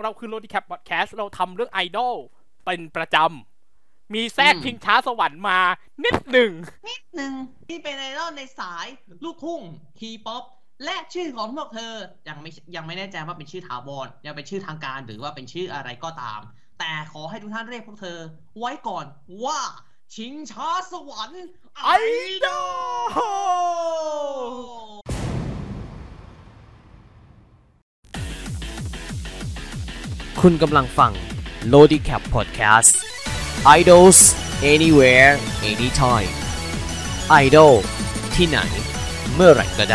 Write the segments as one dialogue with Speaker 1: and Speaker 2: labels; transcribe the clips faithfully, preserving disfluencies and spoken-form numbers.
Speaker 1: เราคือ Lodicap Podcast เราทำเรื่องไอดอลเป็นประจำมีแทรกชิงช้าสวรรค์มานิดหนึ่ง
Speaker 2: นิดหนึ่งที่เป็นไอดอลในสายลูกทุ่งทีป๊อปและชื่อของพวกเธอยังไม่ยังไม่แน่ใจว่าเป็นชื่อถาวรยังเป็นชื่อทางการหรือว่าเป็นชื่ออะไรก็ตามแต่ขอให้ทุกท่านเรียกพวกเธอไว้ก่อนว่าชิงช้าสวรรค์ไอดอล
Speaker 3: คุณกำลังฟัง Lodicap Podcast Idols Anywhere Anytime Idol ที่ไหนเมื่อไหร่ก็ได้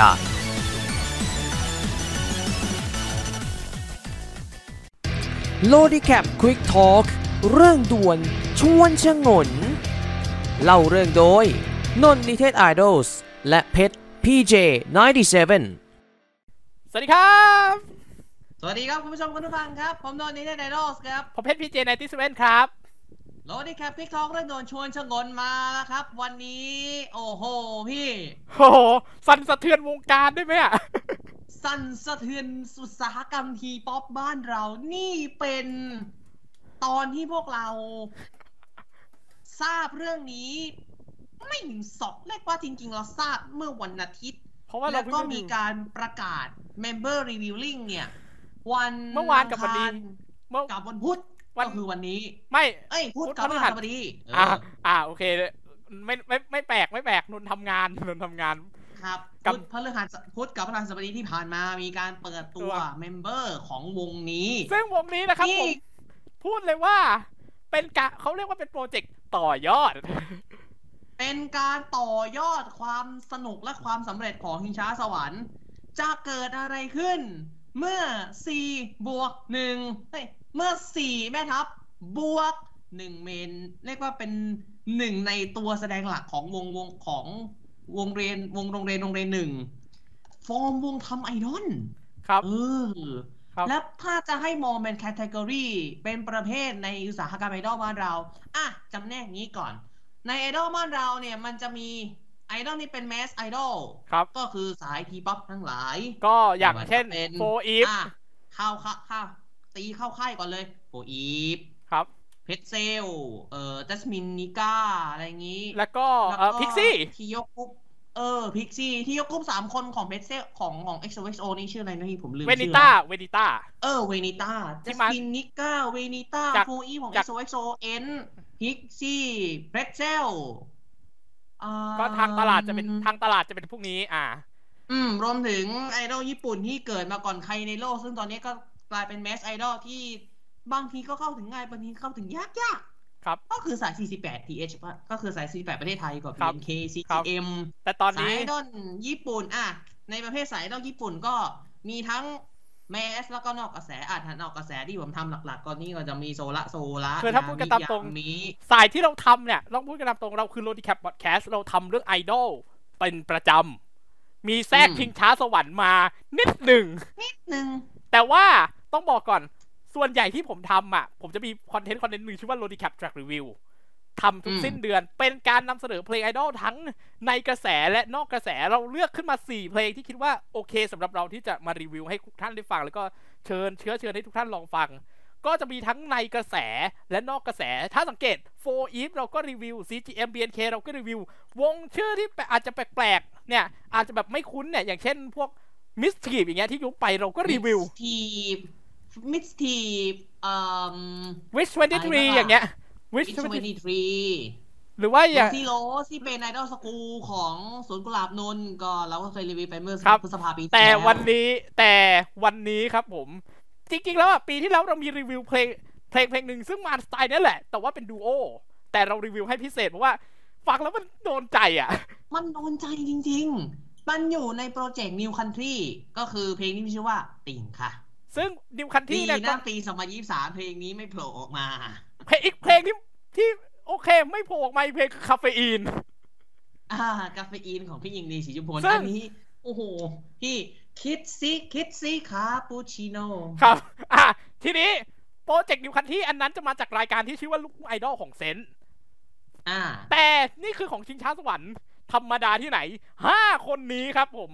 Speaker 3: Lodicap Quick Talk เรื่องด่วนชวนชงนเล่าเรื่องโดยนนท์นิเทศ Idols และเพชร พี เจ เก้าสิบเจ็ด
Speaker 1: สวัสดีครับ
Speaker 2: สวัสดีครับคุณผู้ชมคุณผู้ฟังครับผมนนท์นิเทศ Idols ครับ
Speaker 1: ผมเพชร พี เจ เก้าสิบเจ็ด ครับ
Speaker 2: Lodicap Quick Talk เรื่องด่วนชวนชงนมาแล้วครับวันนี้โอ้โหพี่
Speaker 1: โอ้โหสั่นสะเทือนวงการได้ไหมอ่ะ
Speaker 2: สั่นสะเทือนอุตสาหกรรมทีป๊อปบ้านเรานี่เป็นตอนที่พวกเราทราบเรื่องนี้ไม่ถึงสองเรียกว่าจริงๆเราทราบเมื่อวันอาทิตย์
Speaker 1: เพราะว่า
Speaker 2: แล้วก็มีการประกาศ Member Revealing เนี่ยวัน
Speaker 1: เมื่อวานกับวันนี้
Speaker 2: เมื่อกับวันพุธก็คือวันนี้
Speaker 1: ไม่
Speaker 2: เอ้ยพุธกับพฤหัสบดี
Speaker 1: อ่าอ่าโอเคไม่ไม่ไม่แปลกไม่แปลกนนทำงานนนทำงาน
Speaker 2: ครับพุธพฤหัสพุธกับพฤหัสบดีที่ผ่านมามีการเปิดตัวเมมเบอร์ของวงนี้
Speaker 1: ซึ่งวงนี้นะครับผมพูดเลยว่าเป็นกะเขาเรียกว่าเป็นโปรเจกต์ต่อยอด
Speaker 2: เป็นการต่อยอดความสนุกและความสำเร็จของชิงช้าสวรรค์จะเกิดอะไรขึ้นเมื่อสี่บวกหนึ่งเฮ้ยเมื่อสี่แม่ทัพบวกหนึ่งเมนเรียกว่าเป็นหนึ่งในตัวแสดงหลักของวงวงของวงเรียนวงโรงเรียนโรงเรียนหนึ่งฟอร์มวงทำไอดอล
Speaker 1: ครับ
Speaker 2: เออแล้วถ้าจะให้มองเป็นแคตตากรีเป็นประเภทในอุตสาหกรรมไอดอลบ้านเราอ่ะจำแนกงี้ก่อนในไอดอลบ้านเราเนี่ยมันจะมีไอดอลนี่เป็นแมสไอดอลก็คือสายทีป๊อปทั้งหลาย
Speaker 1: ก็อย่างเช่นโฟอีฟ
Speaker 2: เข้าเข้าเข้าตีเข้าค่ายก่อนเลยโฟอีฟ
Speaker 1: ครับ
Speaker 2: เพชรเซลเอ่อจัสมินนิก้าอะไรอย่างงี้
Speaker 1: แล้วก็เอ่อพิกซี่
Speaker 2: ที่ยกกุ๊บเออพิกซี่ที่ยกกุ๊บสามคนของเพชรเซลของของ เอ็กซ์ โอ เอ็กซ์ โอ นี่ชื่ออะไรนะที่ผมลืมชื่อ
Speaker 1: เวนิต้าเวนิต้า
Speaker 2: เออเวนิต้าจัสมินนิก้าเวนิต้าโฟอีฟของ เอ็กซ์ โอ เอ็กซ์ โอ เอ็น พิกซี่เพชรเซล
Speaker 1: ก็ทางตลาดจะเป็นทางตลาดจะเป็นพวกนี้อ่า
Speaker 2: อืมรวมถึงไอดอลญี่ปุ่นที่เกิดมาก่อนใครในโลกซึ่งตอนนี้ก็กลายเป็นแมสไอดอลที่บางทีก็เข้าถึงง่ายบางทีเข้าถึงยากยาก
Speaker 1: ครับ
Speaker 2: ก็คือสาย สี่สิบแปด ที เอช ก็คือสาย สี่สิบแปด ประเทศไทยกับ พี เอ็น เค ซี จี เอ็ม
Speaker 1: แต่ตอนนี้
Speaker 2: สายไอดอลญี่ปุ่นอ่ะในประเภทสายไอดอลญี่ปุ่นก็มีทั้งแมสแล้วก็นอกกระแสอ่ะถ้านอกกระแสที่ผมทำหลักๆก็นี่ก็จะมีโซละโซละ
Speaker 1: คือถ้าพูดกันตามตรงสายที่เราทำเนี่ยต้องพูดกันตามตรงเราคือ Lodicap Podcast เราทำเรื่องไอดอลเป็นประจำมีแทรกชิงช้าสวรรค์มานิดหนึ่ง
Speaker 2: นิดหนึ่ง
Speaker 1: แต่ว่าต้องบอกก่อนส่วนใหญ่ที่ผมทำอ่ะผมจะมีคอนเทนต์คอนเทนต์หนึ่งชื่อว่า Lodicap Track Review ทำทุกสิ้นเดือนเป็นการนำเสนอเพลงไอดอลทั้งในกระแสและนอกกระแสเราเลือกขึ้นมาสี่เพลงที่คิดว่าโอเคสำหรับเราที่จะมารีวิวให้ทุกท่านได้ฟังแล้วก็เชิญเชื้อเชิญให้ทุกท่านลองฟังก็จะมีทั้งในกระแสและนอกกระแสถ้าสังเกตโฟอีฟเราก็รีวิว ซี จี เอ็ม บี เอ็น เค เราก็รีวิววงชื่อที่อาจจะแปลกๆเนี่ยอาจจะแบบไม่คุ้นเนี่ยอย่างเช่นพวกมิสทีฟอย่างเงี้ยที่ยุบไปเราก็รีวิว
Speaker 2: มิสทีฟมิสทีฟอ่า
Speaker 1: Wish ยี่สิบสามอย่างเงี้ย
Speaker 2: Wish ยี่สิบสาม
Speaker 1: หรือว่าอย่าง
Speaker 2: ซีโรที่เป็นไอดอลสกูลของสวนกุหลาบนนท์ก็เราก็เคยรีวิวไปเมื่อพฤษภาคมปีที่แล้ว
Speaker 1: แต่วันนี้แต่วันนี้ครับผมจริงๆแล้วอ่ะปีที่แล้วเรามีรีวิวเพลงเพลงเพลงหนึ่งซึ่งมาสไตล์นี้แหละแต่ว่าเป็นดูโอแต่เรารีวิวให้พิเศษเพราะว่าฟังแล้วมันโดนใจอ่ะ
Speaker 2: มันโดนใจจริงๆมันอยู่ในโปรเจกต์ New Country ก็คือเพลงที่มีชื่อว่าติ่งค่ะ
Speaker 1: ซึ่ง New Country
Speaker 2: เนี่ยก็ปีสองพันยี่สิบสามเพลงนี้ไม่โผล่ออกมา
Speaker 1: เพลงอีกเพลงที่ที่โอเคไม่โผล่ออกมาเพลงคือคาเฟอีน
Speaker 2: อ่ากาเฟอีนของพี่หญิงลีศรีจุมพลอันนี้โอ้โหพี่คิดซิคิดซิคาปูชิโน่
Speaker 1: ครับอ่ะทีนี้โปรเจกต์นิวคันที่อันนั้นจะมาจากรายการที่ชื่อว่าลูกไอดอลของเซนต์
Speaker 2: อ่า
Speaker 1: แต่นี่คือของชิงช้าสวรรค์ธรรมดาที่ไหนห้าคนนี้ครับผม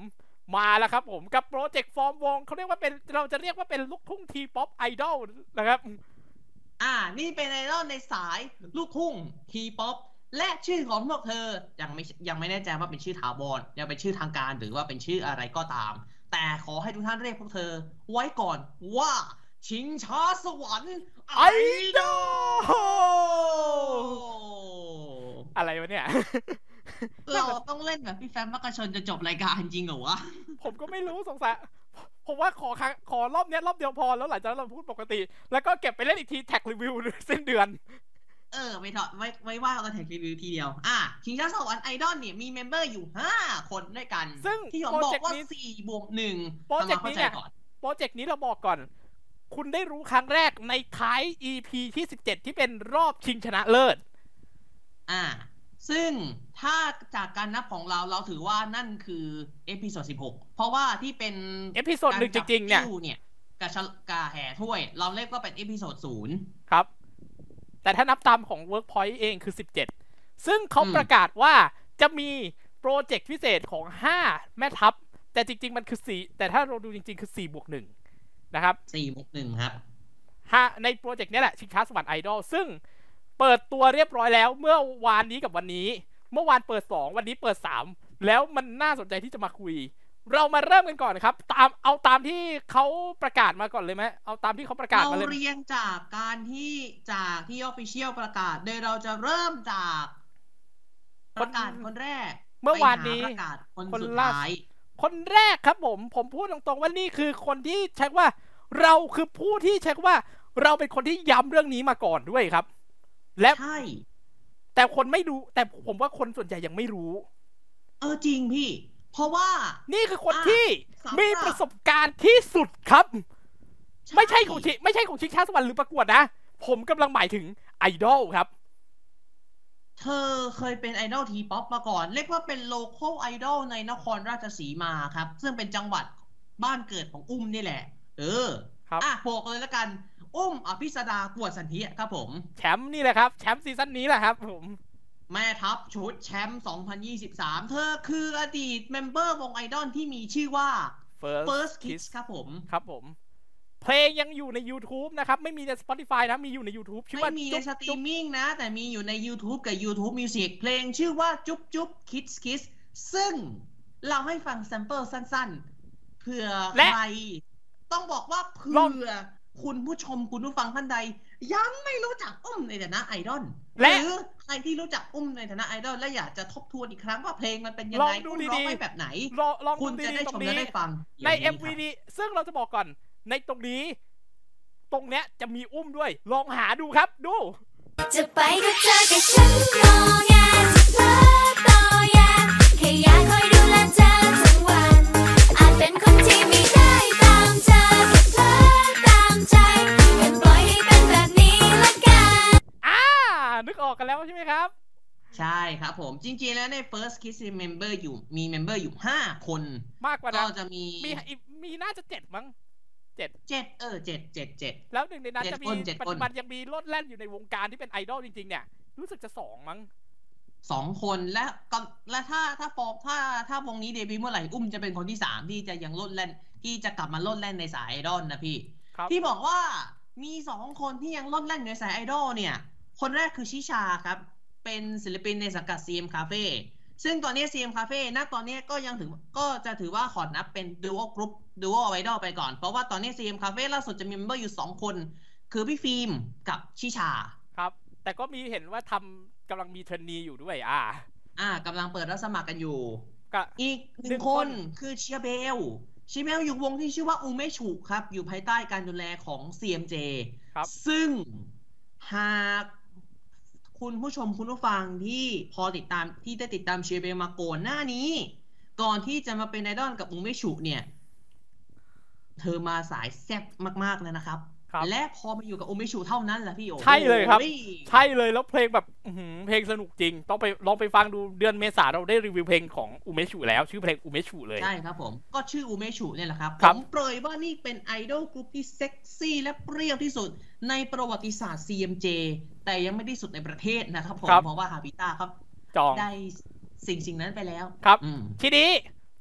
Speaker 1: มาแล้วครับผมกับโปรเจกต์ฟอร์มวงเขาเรียกว่าเป็นเราจะเรียกว่าเป็นลูกทุ่งทีป๊อปไอดอลนะครับ
Speaker 2: อ่านี่เป็นไอดอลในสายลูกทุ่งทีป๊อปและชื่อของพวกเธอยังไม่ยังไม่แน่ใจว่าเป็นชื่อถาวรยังเป็นชื่อทางการหรือว่าเป็นชื่ออะไรก็ตามแต่ขอให้ทุกท่านเรียกพวกเธอไว้ก่อนว่าชิงช้าสวรรค์ไอดอล
Speaker 1: อะไรวะเนี่ย
Speaker 2: เราต้องเล่นแบบพี่แฟมมักกะชนจะจบรายการจริงเหรอวะ
Speaker 1: ผมก็ไม่รู้สงสัยผมว่าขอขอรอบนี้รอบเดียวพอแล้วหลังจากนั้นเราพูดปกติแล้วก็เก็บไปเล่นอีกทีแท็กรีวิวสิ้นเดือน
Speaker 2: เออไม่ถอดไว้ไว้ว่าเราแท็กรีวิวทีเดียวอ่ะชิงช้าสวรรค์ไอดอลเนี่ยมีเมมเบอร์อยู่ห้าคนด้วยกัน
Speaker 1: ซึ่ง
Speaker 2: ที่ผมบอกว่าสี่บวกหนึ่ง
Speaker 1: โปรเจกต์นี้เนี่ยโปรเจกต์นี้เราบอกก่อนคุณได้รู้ครั้งแรกในท้าย อี พี ที่สิบเจ็ดที่เป็นรอบชิงชนะเลิศ
Speaker 2: อ่าซึ่งถ้าจากการนับของเราเราถือว่านั่นคือเอพิโซดสิบหกเพราะว่าที่เป็น
Speaker 1: เอพิโซดหนึ่งจริงๆเนี่ย
Speaker 2: กาชกาแห่ถ้วยเราเรียกว่าเป็นเอพิโซดศูนย์
Speaker 1: ครับแต่ถ้านับตามของ Workpoint เองคือสิบเจ็ดซึ่งเขาประกาศว่าจะมีโปรเจกต์พิเศษของห้าแม่ทัพแต่จริงๆมันคือสี่แต่ถ้าเราดูจริงๆคือสี่บวกหนึ่งนะครับ
Speaker 2: สี่บวกหนึ่งครับ
Speaker 1: ห้าในโปรเจกต์นี้แหละชิงช้าสวรรค์ไอดอลซึ่งเปิดตัวเรียบร้อยแล้วเมื่อวานนี้กับวันนี้เมื่อวานเปิดสองวันนี้เปิดสามแล้วมันน่าสนใจที่จะมาคุยเรามาเริ่มกันก่อนครับตามเอาตามที่เขาประกาศมาก่อนเลยไหมเอาตามที่เขาประกาศมาเลย
Speaker 2: เราเรียงจากการที่จากที่ Official ประกาศโดยเราจะเริ่มจากประกาศคนแรก
Speaker 1: เมื่อวานนี้
Speaker 2: ประกาศคนสุดท้าย
Speaker 1: คนแรกครับผมผมพูดตรงๆว่านี่คือคนที่เช็คว่าเราคือผู้ที่เช็คว่าเราเป็นคนที่ย้ำเรื่องนี้มาก่อนด้วยครับและ
Speaker 2: ใช่
Speaker 1: แต่คนไม่รู้แต่ผมว่าคนส่วนใหญ่ยังไม่รู้
Speaker 2: เออจริงพี่เพราะว่า
Speaker 1: นี่คือคนที่มีประสบการณ์ที่สุดครับไม่ใช่ของชิไม่ใช่ของชิงช้าสวรรค์หรือประกวดนะผมกำลังหมายถึงไอดอลครับ
Speaker 2: เธอเคยเป็นไอดอลทีป๊อปมาก่อนเรียกว่าเป็นโลคอลไอดอลในนครราชสีมาครับซึ่งเป็นจังหวัดบ้านเกิดของอุ้มนี่แหละเออ
Speaker 1: ครับ
Speaker 2: อ่ะโผล่เลยแล้วกันอุ้มอภิสดากวดสันธิครับผม
Speaker 1: แชมป์นี่แหละครับแชมป์ซีซั่นนี้แหละครับผม
Speaker 2: แม่ทัพชุดแชมป์สองพันยี่สิบสามเธอคืออดีตเมมเบอร์วงไอดอลที่มีชื่อว่า First Kiss ครับผม
Speaker 1: ครับผมเพลงยังอยู่ใน YouTube นะครับไม่มีใน Spotify นะมีอยู่ใน YouTube ชื่อว่า
Speaker 2: ไม่มีในสตรีมมิ่งนะแต่มีอยู่ใน YouTube กับ YouTube Music เพลงชื่อว่าจุ๊บจุ๊บ Kiss Kiss ซึ่งเราให้ฟังแซมเปิลสั้นๆเผื่อใครต้องบอกว่าเผื่อคุณผู้ชมคุณผู้ฟังท่านใดยังไม่รู้จักอุ้มในฐานะไอดอลหรือใครที่รู้จักอุ้มในฐานะไอดอลและอยากจะทบทวนอีกครั้งว่าเพลงมันเป็นยังไงอุ้มร้องไปแบบไหนคุณจะได้ชมและได้ฟัง
Speaker 1: ใน เอ็ม วี นี้ซึ่งเราจะบอกก่อนในตรงนี้ตรงเนี้ยจะมีอุ้มด้วยลองหาดูครับดูจะไปก็เจอกับฉันโนงานจะเพลิดต่อยานแค่อยากคอยดูแลเธอทั้งวันอาจเป็นคนที่ไม่ได้ตามเธอแค่เพลิดตามใจกันปล่อยให้เป็นแบบนี้ละกันอ่านึกออกกันแล้วใช่ไหมครับ
Speaker 2: ใช่ครับผมจริงๆแล้วใน First Kiss Member อยู่มีเมมเบอร์อยู่ห้าคน
Speaker 1: มากกว่านั้น
Speaker 2: ก็จะมี
Speaker 1: มีมีน่าจะเจ็ดมั้งเจ็ด
Speaker 2: เจ็ดเออเจ็ดเจ็ดเจ็ด
Speaker 1: แล้วหนึ่งในนั้นจะมีปัจจุบันยังมีโลดแล่นอยู่ในวงการที่เป็นไอดอลจริงๆเนี่ยรู้สึกจะสองมั้ง
Speaker 2: สองคนและก็และถ้าถ้าฟอร์ถ้าถ้าวงนี้เดบิวต์เมื่อไหร่อุ้มจะเป็นคนที่สามที่จะยังโลดแล่นที่จะกลับมาโลดแล่นในสายไอดอลนะพี่ที่บอกว่ามีสองคนที่ยังโลดแล่นในสายไอดอลเนี่ยคนแรกคือชิชาครับเป็นศิลปินในสังกัด ซี เอ็ม Cafe ซึ่งตอนนี้ ซี เอ็ม Cafe ณตอนนี้ก็ยังถือก็จะถือว่าขอนับเป็นดูโอกรุ๊ปดูโอไอดอลไปก่อนเพราะว่าตอนนี้ ซี เอ็ม Cafe ล่าสุดจะมีเมมเบอร์อยู่สองคนคือพี่ฟิล์มกับชิชา
Speaker 1: ครับแต่ก็มีเห็นว่าทำกำลังมีเทรนนีอยู่ด้วยอ่า
Speaker 2: อ่ากำลังเปิดรับสมัครกันอยู่อีกหนึ่งคนคือเชียเบลเชียเบลอยู่วงที่ชื่อว่าอูเมชุครับอยู่ภายใต้การดูแลของ ซี เอ็ม เจ
Speaker 1: ครับ
Speaker 2: ซึ่งหากคุณผู้ชมคุณผู้ฟังที่พอติดตามที่ได้ติดตามเชียเบลมาก่อนหน้านี้ก่อนที่จะมาเป็นไอดอลกับอูเมชุเนี่ยเธอมาสายแซ่บมากๆเลยนะครับและพอมาอยู่กับอูเมชุเท่านั้นแหละพี่โอ
Speaker 1: ใช่เลยครับใช่เลยแล้วเพลงแบบเพลงสนุกจริงต้องไปลองไปฟังดูเดือนเมษาเราได้รีวิวเพลงของอูเมชุแล้วชื่อเพลงอูเมชุเลย
Speaker 2: ใช่ครับผมก็ชื่ออูเมชุเนี่ยแหละครับผมเปรยว่านี่เป็นไอดอลกรุ๊ปที่เซ็กซี่และเปรี้ยวที่สุดในประวัติศาสตร์ ซี เอ็ม เจ แต่ยังไม่ได้สุดในประเทศนะครับผมเพราะว่าฮาบิต้าครับ
Speaker 1: จอง
Speaker 2: ได้สิ่งสิ่งนั้นไปแล้ว
Speaker 1: ครับทีนี้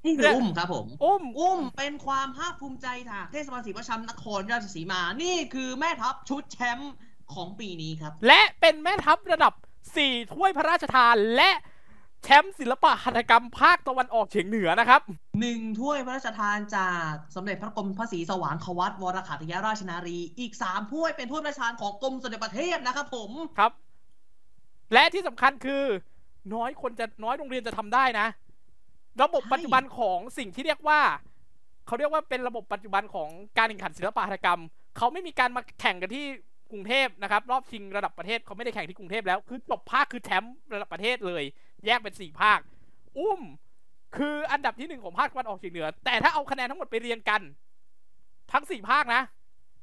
Speaker 2: นี่คืออุ้มครับผม
Speaker 1: อุ้ม
Speaker 2: อุ้มเป็นความภาคภูมิใจจากเทศบาลศรีประชัมนครราชสีมานี่คือแม่ทัพชุดแชมป์ของปีนี้ครับ
Speaker 1: และเป็นแม่ทัพระดับสี่ถ้วยพระราชทานและแชมป์ศิลปะหัตถกรรมภาคตะวันออกเฉียงเหนือนะครับ
Speaker 2: หนึ่งถ้วยพระราชทานจากสมเด็จพระกรมพระศรีสว่างควัตรวรขัตยราชนารีอีกสามถ้วยเป็นถ้วยพระราชทานของกรมสมเด็จพระเทพนะครับผม
Speaker 1: ครับและที่สำคัญคือน้อยคนจะน้อยโรงเรียนจะทำได้นะระบบปัจจุบันของสิ่งที่เรียกว่าเขาเรียกว่าเป็นระบบปัจจุบันของการแข่งขันศิลปะหัตถกรรมเขาไม่มีการมาแข่งกันที่กรุงเทพนะครับรอบชิงระดับประเทศเขาไม่ได้แข่งที่กรุงเทพแล้วคือจบภาคคือแชมป์ระดับประเทศเลยแยกเป็นสี่ภาคอุ้มคืออันดับที่หนึ่งของภาคตะวันออกเฉียงเหนือแต่ถ้าเอาคะแนนทั้งหมดไปเรียงกันทั้งสี่ภาคนะ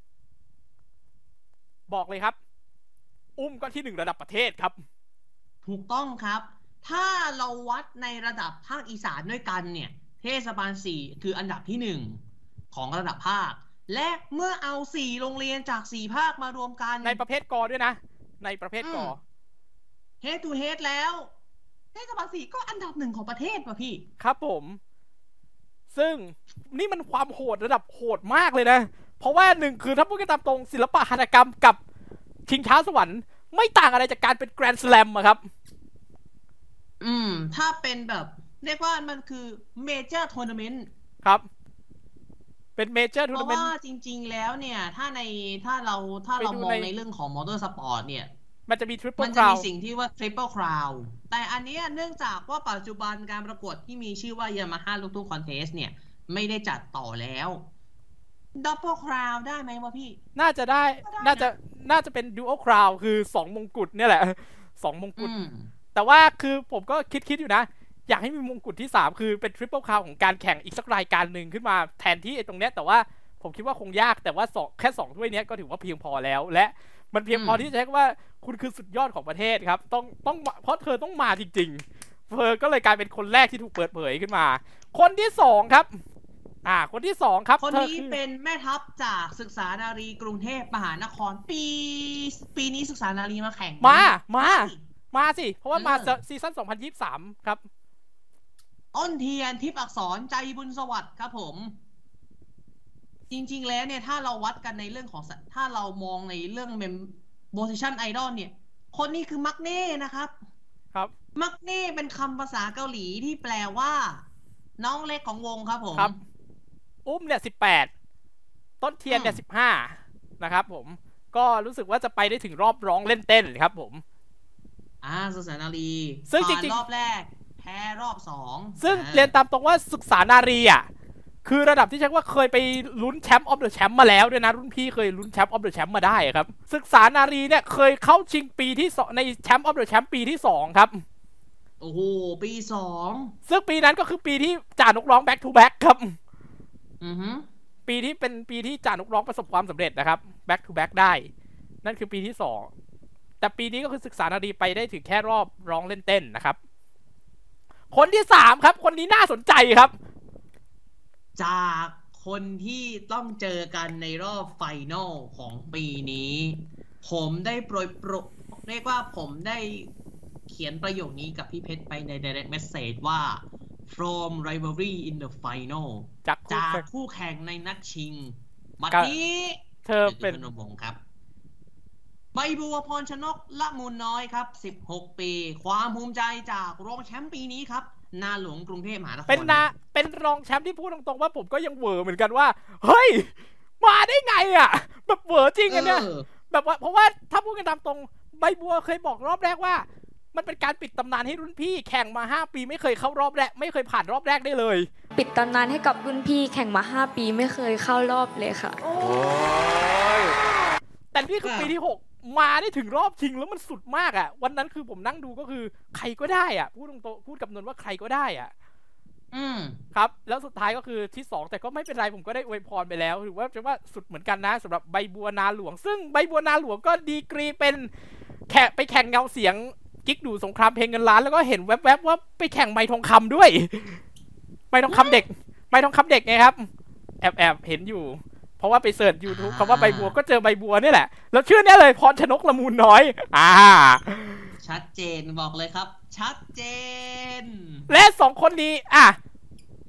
Speaker 1: บอกเลยครับอุ้มก็ที่หนึ่งระดับประเทศครับ
Speaker 2: ถูกต้องครับถ้าเราวัดในระดับภาคอีสานด้วยกันเนี่ยเทศบาลสี่คืออันดับที่หนึ่งของระดับภาคและเมื่อเอาสี่โรงเรียนจากสี่ภาคมารวมกัน
Speaker 1: ในประเภทกอด้วยนะในประเภทกอ
Speaker 2: head to head แล้วเทศบาลสี่ก็อันดับหนึ่งของประเทศป่ะพี่
Speaker 1: ครับผมซึ่งนี่มันความโหดระดับโหดมากเลยนะเพราะว่าหนึ่งคือถ้าพูดกันตามตรงศิลปะหัตถกรรมกับชิงช้าสวรรค์ไม่ต่างอะไรจากการเป็นแกรนด์สแลมอะครับ
Speaker 2: อืมถ้าเป็นแบบเรียกว่ามันคือเมเจอร์ทัวร์นาเมนต์
Speaker 1: ครับเป็นเมเจอร์ทัวร์นาเมนต์
Speaker 2: เพราะว่าจริงๆแล้วเนี่ยถ้าในถ้าเราถ้าเรามองในเรื่องของมอเตอร์สปอร์ตเนี่ย
Speaker 1: มันจะมีทริปเปิล
Speaker 2: มันจะมีสิ่งที่ว่าทริปเปิลคราวแต่อันนี้เนื่องจากว่าปัจจุบันการประกวดที่มีชื่อว่ายามาฮ่าลูกทุ่งคอนเทสเนี่ยไม่ได้จัดต่อแล้วดับเบิลคราวได้ไหมวะพี่
Speaker 1: น่าจะได้น่าจะน่าจะเป็นดูอัลคราวคือสองมงกุฎเนี่ยแหละสองมงกุฎแต่ว่าคือผมก็คิดคิดอยู่นะอยากให้มีมงกุฎที่สามคือเป็นทริปเปิลคราวของการแข่งอีกสักรายการหนึ่งขึ้นมาแทนที่ไอ้ตรงเนี้ยแต่ว่าผมคิดว่าคงยากแต่ว่าแค่สองถ้วยนี้ก็ถือว่าเพียงพอแล้วและมันเพียงพอที่จะใช้ว่าคุณคือสุดยอดของประเทศครับต้องต้องเพราะเธอต้องมาจริงๆเธอก็เลยกลายเป็นคนแรกที่ถูกเปิดเผยขึ้นมาคนที่สองครับอ่าคนที่สองครับ
Speaker 2: คนนี้เป็นแม่ทัพจากศึกษานารีกรุงเทพมหานครปีปีนี้ศึกษานารีมาแข่ง
Speaker 1: มามามาสิเพราะว่ามาซีซั่นสองพันยี่สิบสามครับ
Speaker 2: อ้นเทียนทิพย์อักษรใจบุญสวัสดิ์ครับผมจริงๆแล้วเนี่ยถ้าเราวัดกันในเรื่องของถ้าเรามองในเรื่องเมมโพสิชันไอดอลเนี่ยคนนี้คือมักเน่นะครับ
Speaker 1: ครับ
Speaker 2: มักเน่เป็นคำภาษาเกาหลีที่แปลว่าน้องเล็กของวงครับผม
Speaker 1: ครับอุ้มเนี่ยสิบแปดต้นเทียนเนี่ยสิบห้านะครับผมก็รู้สึกว่าจะไปได้ถึงรอบร้องเล่นเต้นครับผม
Speaker 2: อ่าศึกษานารี
Speaker 1: ซึ่งจริง
Speaker 2: ๆรอบแรกแพ้รอบสอง
Speaker 1: ซึ่งเรียนตามตรงว่าศึกษานารีอ่ะคือระดับที่ใช้ว่าเคยไปลุ้นแชมป์ออฟเดอะแชมป์มาแล้วด้วยนะรุ่นพี่เคยลุ้นแชมป์ออฟเดอะแชมป์มาได้ครับศึกษานารีเนี่ยเคยเข้าชิงปีที่สองในแชมป์ออฟเดอะแชมป์ปีที่สองครับ
Speaker 2: โอ้โหปีสอง
Speaker 1: ซึ่งปีนั้นก็คือปีที่จ่านกร้อง back to back ครับ
Speaker 2: อือฮึ
Speaker 1: ปีที่เป็นปีที่จ่านกร้องประสบความสำเร็จนะครับ back to back ได้นั่นคือปีที่สองแต่ปีนี้ก็คือศึกษานารีไปได้ถึงแค่รอบร้องเล่นเต้นนะครับคนที่สามครับคนนี้น่าสนใจครับ
Speaker 2: จากคนที่ต้องเจอกันในรอบไฟนอลของปีนี้ผมได้โปรยโปรเรียกว่าผมได้เขียนประโยคนี้กับพี่เพชรไปใน direct message ว่า from rivalry in the final
Speaker 1: จาก
Speaker 2: คู่แข่งในนัดชิงบัดนี้
Speaker 1: เธอเป็น
Speaker 2: วงครับใบบัวพรชนกละมูลน้อยครับสิบหกปีความภูมิใจจากรองแชมป์ปีนี้ครับนาหลวงกรุงเทพมหานคร
Speaker 1: เป็นนาเป็นรองแชมป์ที่พูดตรงๆว่าผมก็ยังเวอร์เหมือนกันว่าเฮ้ยมาได้ไงอ่ะแบบเวอร์จริงอันเนี้ยแบบว่าเพราะว่าถ้าพูดกันตามตรงใบบัวเคยบอกรอบแรกว่ามันเป็นการปิดตำนานให้รุ่นพี่แข่งมาห้าปีไม่เคยเข้ารอบแรกไม่เคยผ่านรอบแรกได้เลย
Speaker 4: ปิดตำนานให้กับรุ่นพี่แข่งมาห้าปีไม่เคยเข้ารอบเลยค่ะ
Speaker 1: โอ้ยแต่พี่คือปีที่หกมาได้ถึงรอบชิงแล้วมันสุดมากอ่ะวันนั้นคือผมนั่งดูก็คือใครก็ได้อ่ะพูดตรงๆพูดกับนนท์ว่าใครก็ได้อ่ะ
Speaker 2: อืม
Speaker 1: ครับแล้วสุดท้ายก็คือที่สองแต่ก็ไม่เป็นไรผมก็ได้อวยพรไปแล้วถือว่าจะว่าสุดเหมือนกันนะสำหรับใบบัวนาหลวงซึ่งใบบัวนาหลวงก็ดีกรีเป็นแข่งไปแข่งเงาเสียงกิ๊กดูสงครามเพลงเงินล้านแล้วก็เห็นแวบๆว่าไปแข่งไม้ทองคำด้วยไม้ทองคำเด็กไม้ทองคำเด็กไงครับแอบแอบเห็นอยู่เพราะว่าไปเสิร์ช YouTube คำว่าใบบัวก็เจอใบบัวนี่แหละแล้วชื่อนี้เลยพรชนกละมูลน้อยอ่า
Speaker 2: ชัดเจนบอกเลยครับชัดเจน
Speaker 1: และสองคนนี้อ่ะ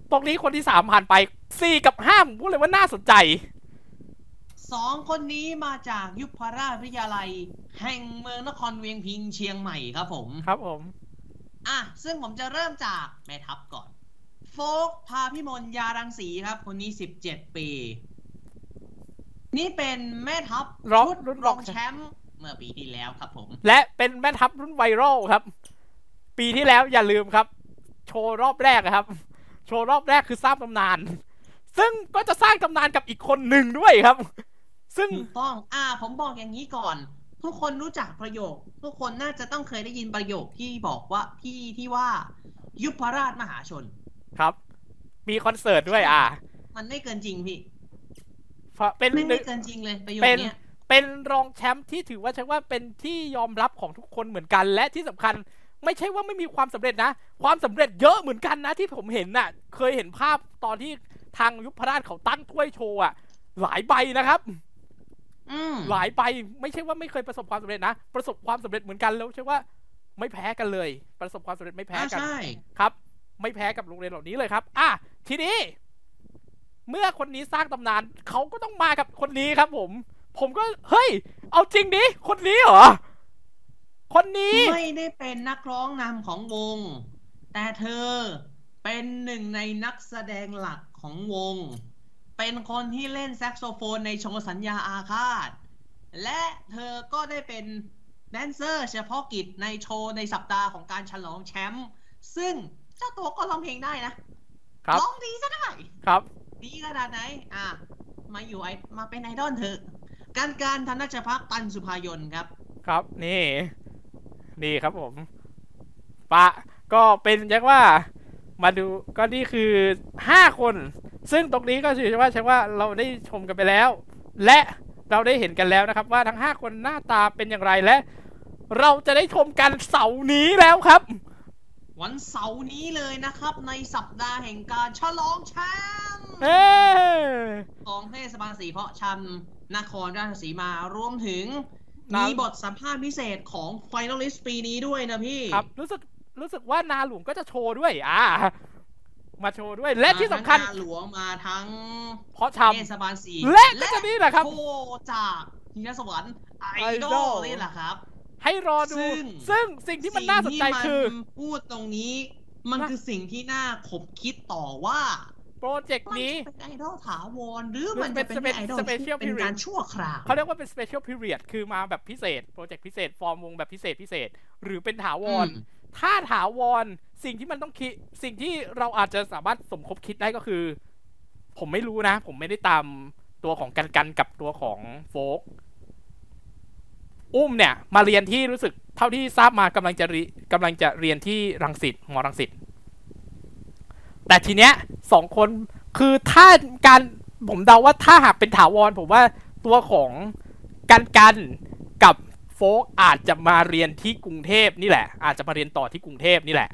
Speaker 1: ตรงนี้คนที่สามผ่านไปสี่กับห้าผมพูดเลยว่าน่าสนใจ
Speaker 2: สองคนนี้มาจากยุพราชวิทยาลัยแห่งเมืองนครเวียงพิงเชียงใหม่ครับผม
Speaker 1: ครับผม
Speaker 2: อ่ะซึ่งผมจะเริ่มจากแม่ทัพก่อนโฟกพาพิมลยารังสีครับคนนี้สิบเจ็ดปีนี่เป็นแม่ทัพชุดรุ่นรองแชมป์เมื่อปีที่แล้วครับผม
Speaker 1: และเป็นแม่ทัพรุ่นไวรัลครับปีที่แล้วอย่าลืมครับโชว์รอบแรกครับโชว์รอบแรกคือสร้างตำนานซึ่งก็จะสร้างตำนานกับอีกคนหนึ่งด้วยครับซึ่ง
Speaker 2: ถูกต้องอ่าผมบอกอย่างนี้ก่อนทุกคนรู้จักประโยคทุกคนน่าจะต้องเคยได้ยินประโยคที่บอกว่าที่ที่ว่ายุพราชมหาชน
Speaker 1: ครับมีคอนเสิร์ตด้วยอ่า
Speaker 2: มันไม่เกินจริงพี่
Speaker 1: เป็น
Speaker 2: ไม่เกินจริงเลยประโยคนี้
Speaker 1: เป็นรองแชมป์ที่ถือว่าใช่ว่าเป็นที่ยอมรับของทุกคนเหมือนกันและที่สำคัญไม่ใช่ว่าไม่มีความสำเร็จนะความสำเร็จเยอะเหมือนกันนะที่ผมเห็นน่ะเคยเห็นภาพตอนที่ทางยุพราชเขาตั้งถ้วยโชว์อ่ะหลายใบนะครับหลายใบไม่ใช่ว่าไม่เคยประสบความสำเร็จนะประสบความสำเร็จเหมือนกันแล้วใช่ว่าไม่แพ้กันเลยประสบความสำเร็จไม่แพ้กันครับไม่แพ้กับโรงเรียนเหล่านี้เลยครับอ่ะทีนี้เมื่อคนนี้สร้างตำนานเขาก็ต้องมากับคนนี้ครับผมผมก็เฮ้ยเอาจริงดิคนนี้เหรอคนนี้
Speaker 2: ไม่ได้เป็นนักร้องนำของวงแต่เธอเป็นหนึ่งในนักแสดงหลักของวงเป็นคนที่เล่นแซกโซโฟนในโชว์สัญญาอาฆาตและเธอก็ได้เป็นแดนเซอร์เฉพาะกิจในโชว์ในสัปดาห์ของการฉลองแชมป์ซึ่งเจ้าตัวก็ร้องเพลงได้นะร้องดีซะได้
Speaker 1: ครับ
Speaker 2: ดีขนาดไหนอ่ะมาอยู่ไอมาเป็นไอดอลเถอะการการธนชภักตันสุภายนครับ
Speaker 1: ครับนี่นี่ครับผมปะก็เป็นเรียกว่ามาดูก็นี่คือห้าคนซึ่งตรงนี้ก็ถือว่าใช่ว่าเราได้ชมกันไปแล้วและเราได้เห็นกันแล้วนะครับว่าทั้งห้าคนหน้าตาเป็นอย่างไรและเราจะได้ชมกันเสาร์นี้แล้วครับ
Speaker 2: วันเสาร์นี้เลยนะครับในสัปดาห์แห่งการฉลองแชมป์ของเทศบาลศรีเพาะชำนครราชสีมารวมถึงมีบทสัมภาษณ์พิเศษของไฟนอลิสต์ปีนี้ด้วยนะพี่
Speaker 1: ครับรู้สึกรู้สึกว่านาหลวงก็จะโชว์ด้วยอ่ามาโชว์ด้วยและที่สำคัญ
Speaker 2: นาหลวงมาทั้ง
Speaker 1: เพาะชำ
Speaker 2: เทศบาลศรี
Speaker 1: และก็จะนี่แหละครับ
Speaker 2: โชว์จากหินสวรรค์ไอดอลนี่แหละครับ
Speaker 1: ให้รอดูซึ่งสิ่งที่มันน่าสนใจคือ
Speaker 2: พูดตรงนี้มันคือสิ่งที่น่าขบคิดต่อว่า
Speaker 1: โปรเจกต์นี้
Speaker 2: เป็นไอดอลถาวรหรือมันจะเป็นไอดอลเป็นการชั่วคราว
Speaker 1: เขาเรียกว่าเป็น special period คือมาแบบพิเศษโปรเจกต์พิเศษฟอร์มวงแบบพิเศษพิเศษหรือเป็นถาวรถ้าถาวรสิ่งที่มันต้องคิดสิ่งที่เราอาจจะสามารถสมคบคิดได้ก็คือผมไม่รู้นะผมไม่ได้ตามตัวของกันกันกับตัวของโฟกอุ้มเนี่ยมาเรียนที่รู้สึกเท่าที่ทราบมากำลังจะกำลังจะเรียนที่รังสิตมอรังสิตแต่ทีเนี้ยสองคนคือถ้าการผมเดาว่าถ้าหากเป็นถาวรผมว่าตัวของกันกันกับโฟกอาจจะมาเรียนที่กรุงเทพนี่แหละอาจจะมาเรียนต่อที่กรุงเทพนี่แหละ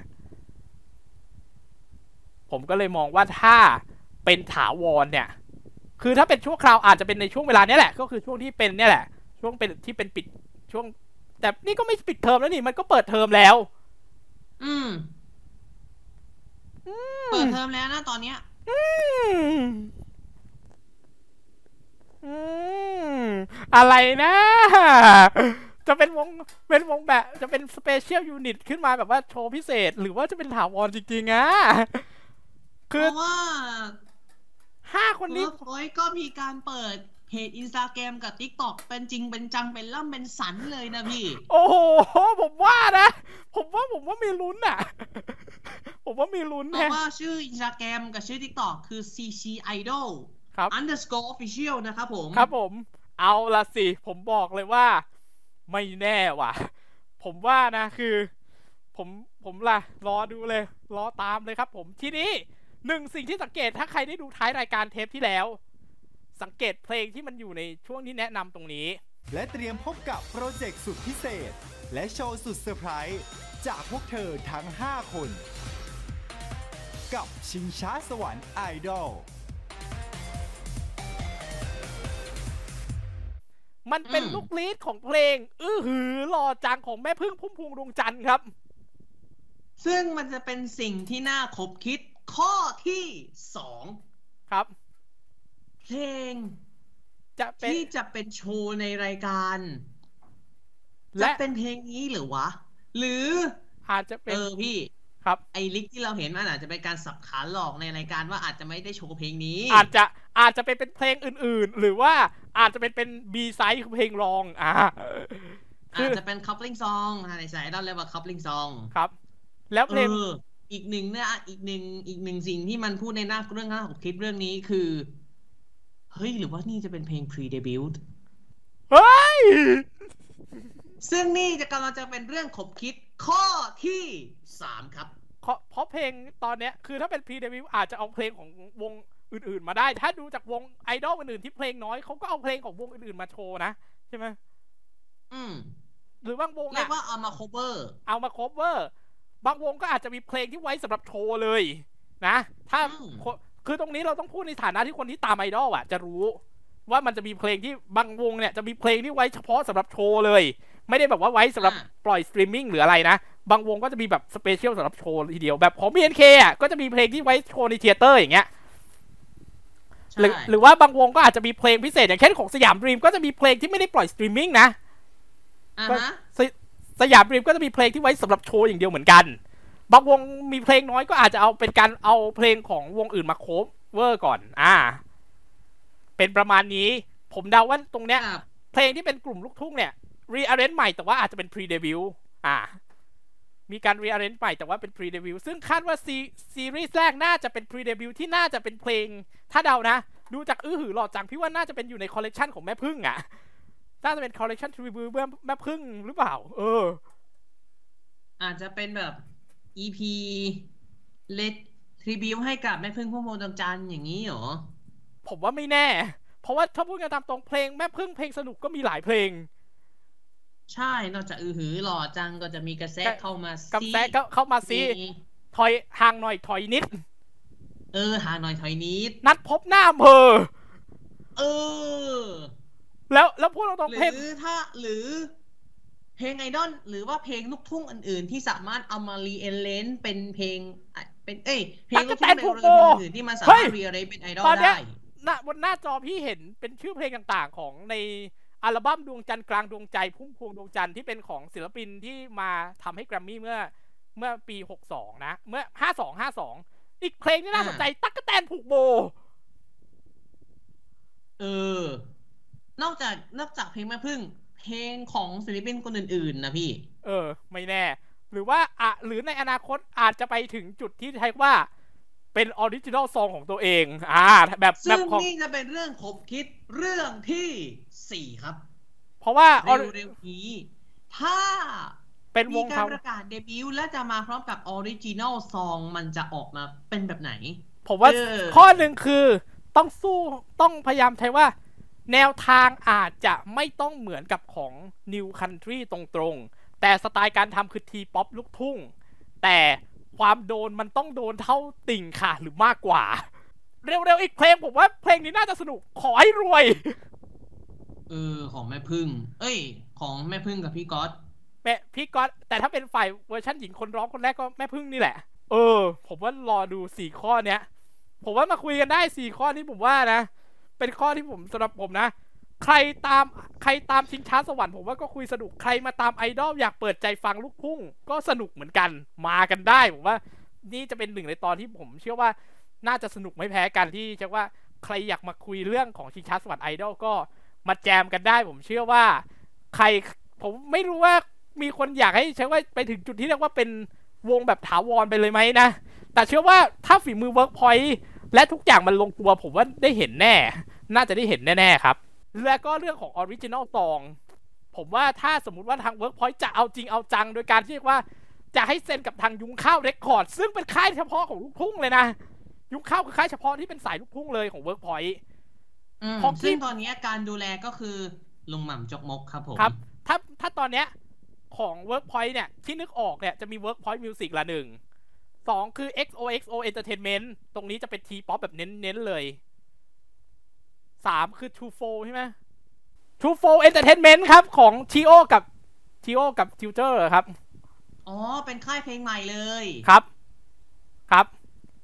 Speaker 1: ผมก็เลยมองว่าถ้าเป็นถาวรเนี่ยคือถ้าเป็นชั่วคราวอาจจะเป็นในช่วงเวลานี้แหละก็คือช่วงที่เป็นเนี่ยแหละช่วงเป็นที่เป็นปิดช่วงแต่นี่ก็ไม่ปิดเทอมแล้วนี่มันก็เปิดเทอมแล้ว
Speaker 2: อืมเปิดเทอมแล้วนะตอนเนี้ย
Speaker 1: อืมอืมอะไรนะจะเป็นวงเป็นวงแบบจะเป็นสเปเชียลยูนิตขึ้นมาแบบว่าโชว์พิเศษหรือว่าจะเป็นถาวรจริงๆอ่ะ
Speaker 2: คือว่า
Speaker 1: ห้าคนนี้
Speaker 2: โอ้ยก็มีการเปิดเพจ Instagram กับ TikTok เป็นจริงเป็นจังเป็นล่ำเป็นสันเลยนะพี่
Speaker 1: โอ้โหผมว่านะผมว่าผมว่ามีลุ้นอ่ะผมว่ามีลุ้น
Speaker 2: เพราะว่าชื่อ Instagram กับชื่อ TikTok คือ ซี ซี Idol
Speaker 1: ครับ
Speaker 2: underscore official นะครับผม
Speaker 1: ครับผมเอาละสิผมบอกเลยว่าไม่แน่ว่ะผมว่านะคือผมผมล่ะรอดูเลยรอตามเลยครับผมทีนี้หนึ่งสิ่งที่สังเกตถ้าใครได้ดูท้ายรายการเทปที่แล้วสังเกตเพลงที่มันอยู่ในช่วงที่แนะนำตรงนี้
Speaker 5: และเตรียมพบกับโปรเจกต์สุดพิเศษและโชว์สุดเซอร์ไพรส์จากพวกเธอทั้งห้าคนกับชิงช้าสวรรค์ไอดอล
Speaker 1: มันเป็นลูกลีดของเพลงอื้อหือหล่อจังของแม่พึ่งพุ่มพวงดวงจันทร์ครับ
Speaker 2: ซึ่งมันจะเป็นสิ่งที่น่าคบคิดข้อที่สอง
Speaker 1: ครับ
Speaker 2: เพลง
Speaker 1: จะเป็น
Speaker 2: ที่จะเป็นโชว์ในรายการจะ
Speaker 1: และ
Speaker 2: เป็นเพลงนี้หรือวะ หรือ
Speaker 1: อาจจะเป็
Speaker 2: เอน อพี่
Speaker 1: ครับ
Speaker 2: ไอลิกที่เราเห็นมันอาจจะเป็นการสับขาหลอกในรายการว่าอาจจะไม่ได้โชว์เพลงนี้
Speaker 1: อาจจะอาจจะเป็นเป็นเพลงอื่นๆ หรือว่าอาจจะเป็นเป็นบีไซด์คือเพลงรองอ่าคื
Speaker 2: อา
Speaker 1: อ
Speaker 2: จจะเป็น coupling song ในสายเราเรียกว่า coupling song
Speaker 1: ครับ แล้ว
Speaker 2: เอ
Speaker 1: เพลง
Speaker 2: ออีกหนึ่งเนี่ยอีกหนึ่งอีกหนึ่งสิ่งที่มันพูดในหน้าเรื่องหน้าของคลิปเรื่องนี้คือ เฮ้ย หรือว่านี่จะเป็นเพลง pre debut
Speaker 1: เฮ้ย
Speaker 2: ซึ่งนี่จะกำลังจะเป็นเรื่องขบคิดข้อที่สามครับ
Speaker 1: เพราะเพราะเพลงตอนเนี้ยคือถ้าเป็นพรีเดบิวต์อาจจะเอาเพลงของวงอื่นๆมาได้ ถ้าดูจากวงไอดอลอื่นๆที่เพลงน้อยเขาก็เอาเพลงของวงอื่นๆมาโชว์นะใช่ไหม
Speaker 2: อืม
Speaker 1: หรือบางวง
Speaker 2: เรีย
Speaker 1: อะ
Speaker 2: กว่าเอามา cover
Speaker 1: เอามา cover บางวงก็อาจจะมีเพลงที่ไว้สำหรับโชว์เลยนะถ้า
Speaker 2: อืม
Speaker 1: คือตรงนี้เราต้องพูดในฐานะที่คนที่ตามไอดอลอะจะรู้ ว่ามันจะมีเพลงที่บางวงเนี่ยจะมีเพลงที่ไว้เฉพาะสำหรับโชว์เลย ไม่ได้แบบว่าไว้สำหรับปล่อยสตรีมมิ่งหรืออะไรนะบางวงก็จะมีแบบสเปเชียลสำหรับโชว์ทีเดียวแบบของ บี เอ็น เค อ่ะก็จะมีเพลงที่ไว้โชว์ในเธียเตอร์อย่างเงี้ยหรือหรือว่าบางวงก็อาจจะมีเพลงพิเศษอย่างเช่นของสยามดรีมก็จะมีเพลงที่ไม่ได้ปล่อยสตรีมมิ่งนะ
Speaker 2: อ่า
Speaker 1: ก็
Speaker 2: ฮะ
Speaker 1: สสยามดรีมก็จะมีเพลงที่ไว้สำหรับโชว์อย่างเดียวเหมือนกันบางวงมีเพลงน้อยก็อาจจะเอาเป็นการเอาเพลงของวงอื่นมาโคเวอร์ก่อนอ่าเป็นประมาณนี้ผมเดาว่าตรงเนี้ย
Speaker 2: ครับ
Speaker 1: เพลงที่เป็นกลุ่มลูกทุ่งเนี่ย rearrange ใหม่แต่ว่าอาจจะเป็น pre debut อ่า มีการ rearrange ใหม่แต่ว่าเป็น pre debut ซึ่งคาดว่าซีซีรีส์แรกน่าจะเป็น pre debut ที่น่าจะเป็นเพลงถ้าเดานะ ดูจากอื้อหือหล่อจังพี่ว่าน่าจะเป็นอยู่ในคอลเลกชันของแม่พึ่งอ่ะ น่าจะเป็นคอลเลกชัน tribute แม่พึ่งหรือเปล่า เออ
Speaker 2: อาจจะเป็นแบบ อี พี เลดทริบิวให้กับแม่พึ่งพุ่มพวงดวงจันทร์อย่างนี้เหรอ
Speaker 1: ผมว่าไม่แน่ เพราะว่าถ้าพูดกันตามตรงเพลงแม่พึ่งเพลงสนุกก็มีหลายเพลง
Speaker 2: ใช่ นอกจากอือหือหล่อจังก็จะมีกระแสเข้ามา
Speaker 1: กับ
Speaker 2: ซิ
Speaker 1: แซะก็เข้ามาซี
Speaker 2: มี
Speaker 1: ถอยห่างหน่อยถอยนิด
Speaker 2: เออหาหน่อยถอยนิด
Speaker 1: นัดพบหน้าอำเภอ
Speaker 2: เออ
Speaker 1: แล้วแล้วพูดตรง
Speaker 2: ห
Speaker 1: ๆเพลง
Speaker 2: รือถ้าหรือ เพลงไอดอลหรือว่าเพลงลูกทุ่งอื่นๆ ที่สามารถเอามารีเอเลนเป็นเพลงอ่ะเป็นเอ้ยเพลงลูกทุ่งในเพลงอื่นๆที่มันสามารถรีเอเลนเป็นไอดอล
Speaker 1: ตอนเนี้
Speaker 2: ได้
Speaker 1: ยหน้าบนหน้าจอพี่เห็นเป็นชื่อเพลงต่างๆของในอัลบั้มดวงจันทร์กลางดวงใจพุ่มพวงดวงจันทร์ที่เป็นของศิลปินที่มาทำให้แกรมมี่เมื่อเมื่อปีหกสองนะเมื่อห้าสอง ห้าสองอีกเพลงที่น่าสนใจตั๊กแตนผูกโบ
Speaker 2: เออ นอกจากนอกจากเพลงแม่พึ่ง เพลงของศิลปินคนอื่นๆนะพี่
Speaker 1: เออ ไม่แน่ หรือว่าอ่ะหรือในอนาคตอาจจะไปถึงจุดที่ใช้ว่าเป็นออริจินอลซองของตัวเองอ่าแบบแบ
Speaker 2: ซึ่
Speaker 1: บ
Speaker 2: ง
Speaker 1: ของ
Speaker 2: นี่จะเป็นเรื่องขบคิดเรื่องที่สี่ครับ
Speaker 1: เพราะว่า
Speaker 2: เร็วๆนี้ ถ้า
Speaker 1: เป็นว
Speaker 2: มี
Speaker 1: ง
Speaker 2: การ
Speaker 1: เขา
Speaker 2: ประกาศเดบิวต์และจะมาพร้อมกับออริจินอลซองมันจะออกมาเป็นแบบไหน
Speaker 1: ผมว่า
Speaker 2: เออ
Speaker 1: ข้อหนึ่งคือต้องสู้ต้องพยายามใช้ว่า แนวทางอาจจะไม่ต้องเหมือนกับของ New Country ตรงๆ แต่สไตล์การทำคือ T-pop ลูกทุ่ง แต่ความโดนมันต้องโดนเท่าติ่งค่ะหรือมากกว่า เร็วๆอีกเพลงผมว่าเพลงนี้น่าจะสนุกขอให้รวย
Speaker 2: เออของแม่พึ่ง เอ้ย ของแม่พึ่งกับพี่ก๊อต
Speaker 1: แม่พี่ก๊อตแต่ถ้าเป็นฝ่ายเวอร์ชันหญิงคนร้องคนแรกก็แม่พึ่งนี่แหละ เออ ผมว่ารอดูสี่ข้อเนี้ย ผมว่ามาคุยกันได้สี่ข้อนี้ผมว่านะ เป็นข้อที่ผมสำหรับผมนะ ใครตามใครตามชิงช้าสวรรค์ผมว่าก็คุยสนุกใครมาตามไอดอลอยากเปิดใจฟังลูกทุ่งก็สนุกเหมือนกันมากันได้ผมว่านี่จะเป็นหนึ่งในตอนที่ผมเชื่อว่าน่าจะสนุกไม่แพ้กันที่เชื่อว่าใครอยากมาคุยเรื่องของชิงช้าสวรรค์ไอดอลก็มาแจมกันได้ผมเชื่อว่าใครผมไม่รู้ว่ามีคนอยากให้ใช้ว่าไปถึงจุดที่เรียกว่าเป็นวงแบบถาวรไปเลยไหมนะแต่เชื่อว่าถ้าฝีมือเวิร์กพอยต์และทุกอย่างมันลงตัวผมว่าได้เห็นแน่น่าจะได้เห็นแน่ๆครับและก็เรื่องของออริจินอลซองผมว่าถ้าสมมุติว่าทาง Workpoint จะเอาจริงเอาจังโดยการที่ว่าจะให้เซ็นกับทางยุ้งข้าวเรคคอร์ดซึ่งเป็นค่ายเฉพาะของลูกทุ่งเลยนะยุ้งข้าวคือค่ายเฉพาะที่เป็นสายลูกทุ่งเลยของ Workpoint
Speaker 2: อืม
Speaker 1: ของที่
Speaker 2: ซึ่งตอนนี้การดูแลก็คือลุงหม่ำจกมกครับผม
Speaker 1: ครับถ้าถ้าตอนเนี้ยของ Workpoint เนี่ยที่นึกออกเนี่ยจะมี Workpoint Music ละหนึ่งสองคือ เอ็กซ์ โอ เอ็กซ์ โอ Entertainment ตรงนี้จะเป็น T-pop แบบเน้นๆเลยสามคือ ทู โฟร์ ใช่ไหม ทู โฟร์ Entertainment ครับของ ที โอ กับ ที โอ กับ Tutor ครับ
Speaker 2: อ๋อ เป็นค่ายเพลงใหม่เลย
Speaker 1: ครับครับ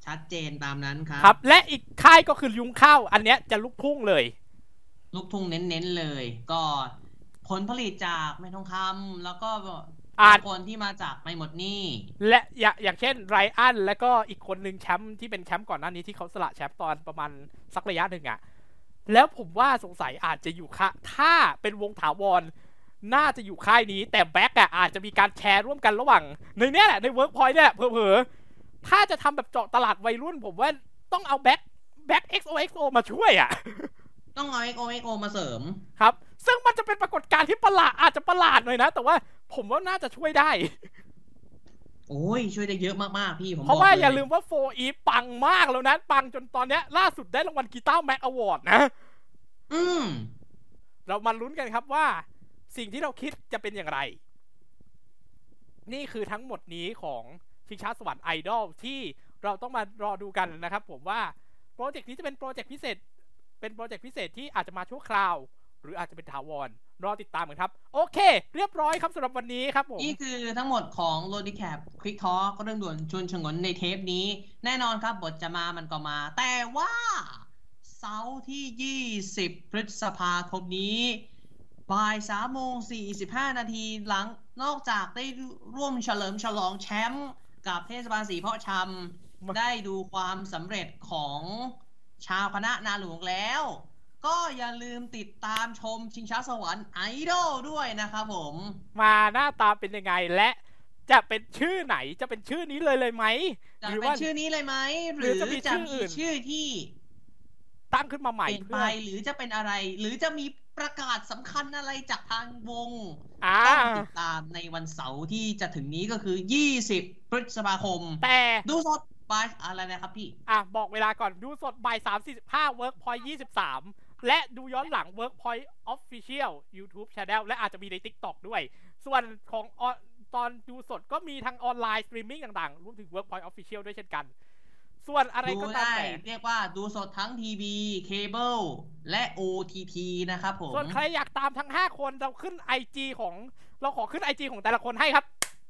Speaker 2: ชัดเจนตามนั้นครับ
Speaker 1: ครับและอีกค่ายก็คือยุงข้าวอันเนี้ยจะลุกพุ่งเลย
Speaker 2: ลูกทุ่งเน้นๆเลยก็ผลผลิตจากแม่ทองคำแล้วก็คนที่มาจากไม่หมดหนี้
Speaker 1: และอย่างเช่นไรอันและก็อีกคนหนึ่งแชมป์ที่เป็นแชมป์ก่อนหน้านี้ที่เขาสละแชมป์ตอนประมาณสักระยะหนึ่งอะแล้วผมว่าสงสัยอาจจะอยู่ค่าถ้าเป็นวงถาวรน่าจะอยู่ค่ายนี้แต่แบ็กอะอาจจะมีการแชร์ร่วมกันระหว่างในเนี้ยแหละในเวิร์กพอยต์เนี่ยเผลอๆถ้าจะทำแบบเจาะตลาดวัยรุ่นผมว่าต้องเอาแบ็กแบ็ก เอ็กซ์ โอ เอ็กซ์ โอ มาช่วยอะ
Speaker 2: ต้องเอา เอ็กซ์ โอ เอ็กซ์ โอ มาเสริม
Speaker 1: ครับซึ่งมันจะเป็นปรากฏการณ์ที่ประหลาดอาจจะประหลาดหน่อยนะแต่ว่าผมว่าน่าจะช่วยได้
Speaker 2: โอ้ยช่วยได้เยอะมากๆพี่ผม
Speaker 1: เพราะว่าอย่าลืมว่าโฟอีฟปังมากแล้วนะปังจนตอนนี้ล่าสุดได้รางวัลกีตาร์แม็กอวอร์ดนะ
Speaker 2: อืม
Speaker 1: เรามาลุ้นกันครับว่าสิ่งที่เราคิดจะเป็นอย่างไรนี่คือทั้งหมดนี้ของชิงช้าสวรรค์ไอดอลที่เราต้องมารอดูกันนะครับผมว่าโปรเจกต์นี้จะเป็นโปรเจกต์พิเศษเป็นโปรเจกต์พิเศษที่อาจจะมาชั่วคราวหรืออาจจะเป็นถาวรรอติดตามกันครับโอเคเรียบร้อยครับสำหรับวันนี้ครับผม
Speaker 2: นี่คือทั้งหมดของ Lodicap Quick Talk ก็เรื่องด่วนชวนชงนในเทปนี้แน่นอนครับบทจะมามันก็มาแต่ว่าเสาร์ที่ยี่สิบพฤษภาคมนี้บ่ายสามโมงสี่สิบห้านาทีหลังนอกจากได้ร่วมเฉลิมฉลองแชมป์กับเทศบาลสีเพาะชำได้ดูความสำเร็จของชาวคณะนาหลวงแล้วก็อย่าลืมติดตามชมชิงช้าสวรรค์ไอดอลด้วยนะครับผม
Speaker 1: มาหน้าตาเป็นยังไงและจะเป็นชื่อไหนจะเป็นชื่อนี้เลยเลยไหม
Speaker 2: จะเป็นชื่อนี้เลยไหมหรือจะมีชื่อที่
Speaker 1: ตั้งขึ้นมาใหม่
Speaker 2: ไปหรือจะเป็นอะไรหรือจะมีประกาศสำคัญอะไรจากทางวง
Speaker 1: ต้อง
Speaker 2: ติดตามในวันเสาร์ที่จะถึงนี้ก็คือยี่สิบพฤษภาคม
Speaker 1: แต่
Speaker 2: ดูสดบ่ายอะไรนะครับพี่
Speaker 1: อ่ะบอกเวลาก่อนดูสดบ่ายสามสี่สิบห้า Workpoint ยี่สิบสามและดูย้อนหลัง Workpoint Official YouTube Channel และอาจจะมีใน TikTok ด้วยส่วนของตอนดูสดก็มีทางออนไลน์สตรีมมิ่งต่างๆรวมถึง Workpoint Official ด้วยเช่นกันส่วนอะไรก็ตามแต่
Speaker 2: เรียกว่าดูสดทั้งทีวีเคเบิลและ โอ ที ที นะครับผม
Speaker 1: ส่วนใครอยากตามทั้งห้าคนเราขึ้น ไอ จี ของเราขอขึ้น ไอ จี ของแต่ละคนให้ครับ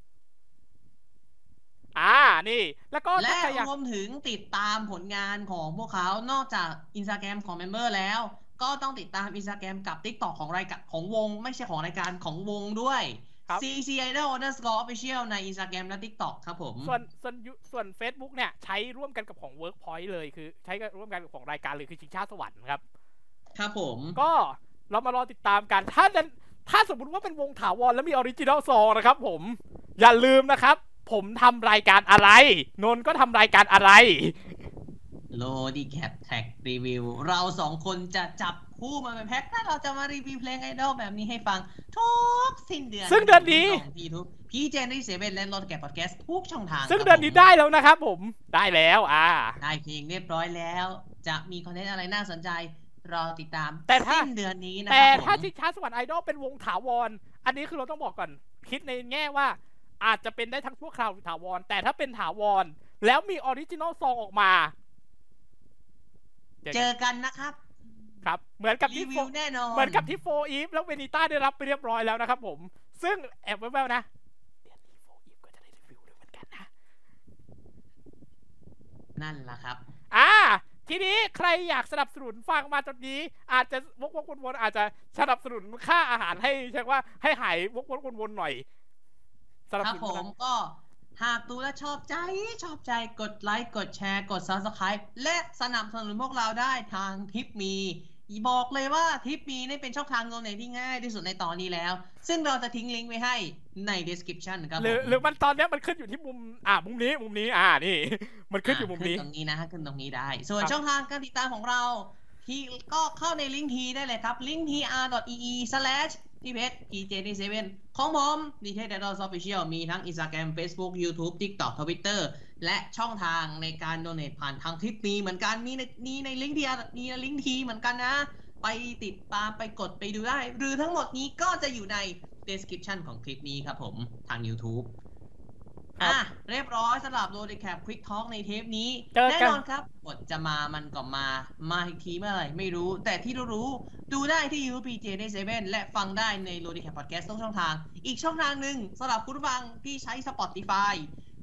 Speaker 1: อ่านี่แล้วก็
Speaker 2: และรวมถึงติดตามผลงานของพวกเขานอกจาก Instagram ของ Member แล้วก็ต้องติดตาม Instagram กับ TikTok ของรายการของวงไม่ใช่ของรายการของวงด้วย ซี ซี Idol underscore official ใน Instagram และ TikTok ครับผม
Speaker 1: ส่วนส่วนส่วน Facebook เนี่ยใช้ร่วมกันกับของ Workpoint เลยคือใช้ร่วมกันกับของรายการเลยคือชิงช้าสวรรค์ครับ
Speaker 2: ครับผม
Speaker 1: ก็เรามารอติดตามกันถ้าถ้าสมมุติว่าเป็นวงถาวรแล้วมีออริจินอลซองนะครับผมอย่าลืมนะครับผมทำรายการอะไรนนท์ก็ทำรายการอะไร
Speaker 2: Lodicap Tag Review เราสองคนจะจับคู่มาเป็นแพ็คถ้าเราจะมารีวิวเพลงไอดอลแบบนี้ให้ฟังทุกสิ้นเดือน
Speaker 1: ซึ่งเดือนนี้
Speaker 2: พี่ทุกพี่เจนนี่เซเว่นและ Lodicap Podcast ทุกช่องทาง
Speaker 1: ซึ่งเดือนนี้ได้แล้วนะครับผมได้แล้วอ่า
Speaker 2: ได้เพลงเรียบร้อยแล้วจะมีคอนเทนต์อะไรน่าสนใจรอติดตาม
Speaker 1: แต่ถ้า
Speaker 2: สิ้นเดือนนี้นะ
Speaker 1: แต่ถ้าชิงช้าสวรรค์ไอดอลเป็นวงถาวรอันนี้คือเราต้องบอกก่อนคิดในแง่ว่าอาจจะเป็นได้ทั้งชั่วคราวหรือถาวรแต่ถ้าเป็นถาวรแล้วมีออริจินอลซองออกมา
Speaker 2: เจอกันนะครับ
Speaker 1: ครับเหมือนกับที่
Speaker 2: แน่นอน
Speaker 1: เหมือนกับที่โฟอีฟแล้วเวนิต้าได้รับไปเรียบร้อยแล้วนะครับผมซึ่งแอบแววๆนะเดือนนี้โฟอีฟก็จะได้รีวิวด้วยเหมือนกันนะ
Speaker 2: นั่นแหละครับ
Speaker 1: อ่าทีนี้ใครอยากสนับสนุนฟังมาจนนี้อาจจะวกๆวนๆอาจจะสนับสนุนค่าอาหารให้ใช่ว่าให้หายวกๆวนๆหน่อย
Speaker 2: ครับผมก็หากดูและชอบใจชอบใจกดไลค์กดแชร์กด ซับสไครบ์ และสนับสนุนพวกเราได้ทางทิปมีบอกเลยว่าทิปมีนี่เป็นช่องทางโดเนทที่ง่ายที่สุดในตอนนี้แล้วซึ่งเราจะทิ้งลิงก์ไว้ให้ใน description ครับ
Speaker 1: หรือหรือมันตอนนี้มันขึ้นอยู่ที่มุมอ่ามุมนี้มุมนี้อ่านี่มันขึ้นอยู่มุมนี้
Speaker 2: ตรงนี้นะขึ้นตรงนี้ได้ส่วนช่องทางการติดตามของเราที่ก็เข้าในลิงก์ทีได้เลยครับ ลิงก์ ที อาร์ ดอท อี อี สแลช ที่เพจ พี เจ ดี เซเว่น ของผมดีเทเดอร์ Official มีทั้ง Instagram Facebook YouTube TikTok Twitter และช่องทางในการโดเนทผ่านทางทิปมีเหมือนกันมีในมีในลิงก์ทีมีในลิงก์ทีเหมือนกันนะไปติดตามไปกดไปดูได้หรือทั้งหมดนี้ก็จะอยู่ใน description ของคลิปนี้ครับผมทาง YouTube อ่ะเรียบร้อยสำหรับ Lodicap Quick Talk ในเทปนี้แน่นอนครับบทจะมามันก็มามาอีกทีเมื่อไหร่ไม่รู้แต่ที่รู้ๆดูได้ที่ YouTube พี เจ ดี เซเว่น และฟังได้ใน Lodicap Podcast ทุกช่องทางอีกช่องทางหนึ่งสำหรับคุณผู้ฟังที่ใช้ Spotify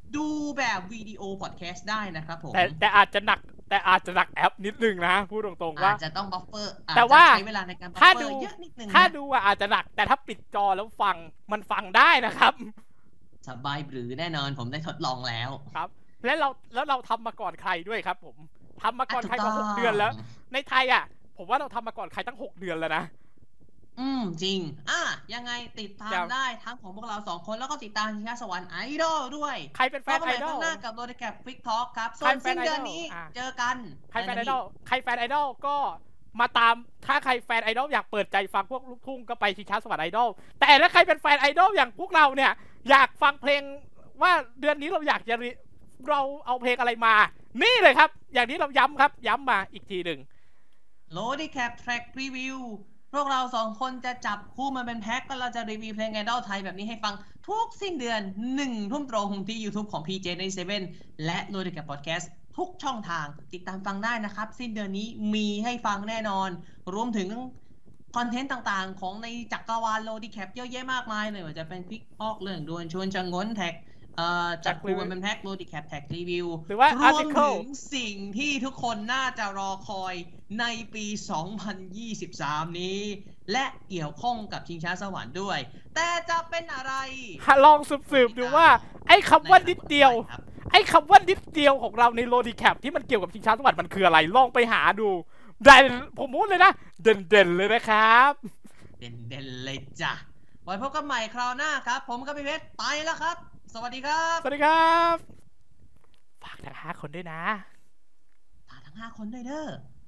Speaker 2: ดูแบบวิดีโอพอดแคสต์ได้นะครับผม
Speaker 1: แต่แต่อาจจะหนักแต่อาจจะหนักแอปนิดนึงนะพูดตรงๆว่า
Speaker 2: อาจจะต้องบัฟเฟอร์
Speaker 1: แต่ว่า
Speaker 2: ใช้เวลาในการบัฟ
Speaker 1: ถ้า
Speaker 2: เฟอ
Speaker 1: ดู
Speaker 2: ร์เยอะนิดนึง
Speaker 1: ถ้าดูอ่ะอาจจะหนักแต่ถ้าปิดจอแล้วฟังมันฟังได้นะครับ
Speaker 2: สบายหรือแน่นอนผมได้ทดลองแล้ว
Speaker 1: ครับและเราแล้วเราทำมาก่อนใครด้วยครับผมทำมาก่อนใครมาหกเดือนแล้ว ในไทยอ่ะผมว่าเราทำมาก่อนใครตั้งหกเดือนแล้วนะ
Speaker 2: อืมจริงอ่ะยังไงติดตามได้ทั้งของพวกเราสองคนแล้วก็ติดตามชิงช้าสวรรค์ไอดอลด้วย
Speaker 1: ใครเป็นแฟนไอดอล
Speaker 2: หน้ากับโรดแคปควิกทอล์กครับส่วนสิ้นเดือนนี้เจอกัน
Speaker 1: ใครแฟนไอดอลใครแฟนไอดอลก็มาตามถ้าใครแฟนไอดอลอยากเปิดใจฟังพวกลูกทุ่งก็ไปชิงช้าสวรรค์ไอดอลแต่ถ้าใครเป็นแฟนไอดอลอย่างพวกเราเนี่ยอยากฟังเพลงว่าเดือนนี้เราอยากจะเราเอาเพลงอะไรมานี่เลยครับอย่างที่เราย้ำครับย้ำมาอีกทีหนึ่ง
Speaker 2: โรดี้แคปแทร็กรีวิวพวกเราสองคนจะจับคู่มาเป็นแพ็คก็เราจะรีวิวเพลงไอดอลไทยแบบนี้ให้ฟังทุกสิ้นเดือนหนึ่งทุ่มตรงที่ YouTube ของ พี เจ ไนน์ตี้เซเว่น และ Loaded Cap Podcast ทุกช่องทางติดตามฟังได้นะครับสิ้นเดือนนี้มีให้ฟังแน่นอนรวมถึงคอนเทนต์ต่างๆของในจักรวาล Loaded Cap เยอะแยะมากมายเลยว่าจะเป็นคลิกออกเรื่องด่วนชวนชะงนแท็กจัดคู่มันเป็นแพ็ค Loaded Cap แท็กรีวิว
Speaker 1: หรือว่าร
Speaker 2: วมถึงสิ่งที่ทุกคนน่าจะรอคอยในปี สองพันยี่สิบสาม นี้และเกี่ยวข้องกับชิงช้าสวรรค์ด้วยแต่จะเป็นอะไร
Speaker 1: ลองสืบๆดูว่าไอ้คำว่านิดเดียวไอ้คำว่านิดเดียวของเราในโลดีแคปที่มันเกี่ยวกับชิงช้าสวรรค์มันคืออะไรลองไปหาดูได้ผมพูดเลยนะเด่นๆเลยนะครับ
Speaker 2: เด่นๆเลยจ้ะไว้พบกันใหม่คราวหน้าครับผมกับพี่เพชรไปแล้วครับสวัสดีครับ
Speaker 1: สวัสดีครับฝากทั้งห้าคนด้วยนะ
Speaker 2: ฝากทั้งห้าคนด้วยเด้อ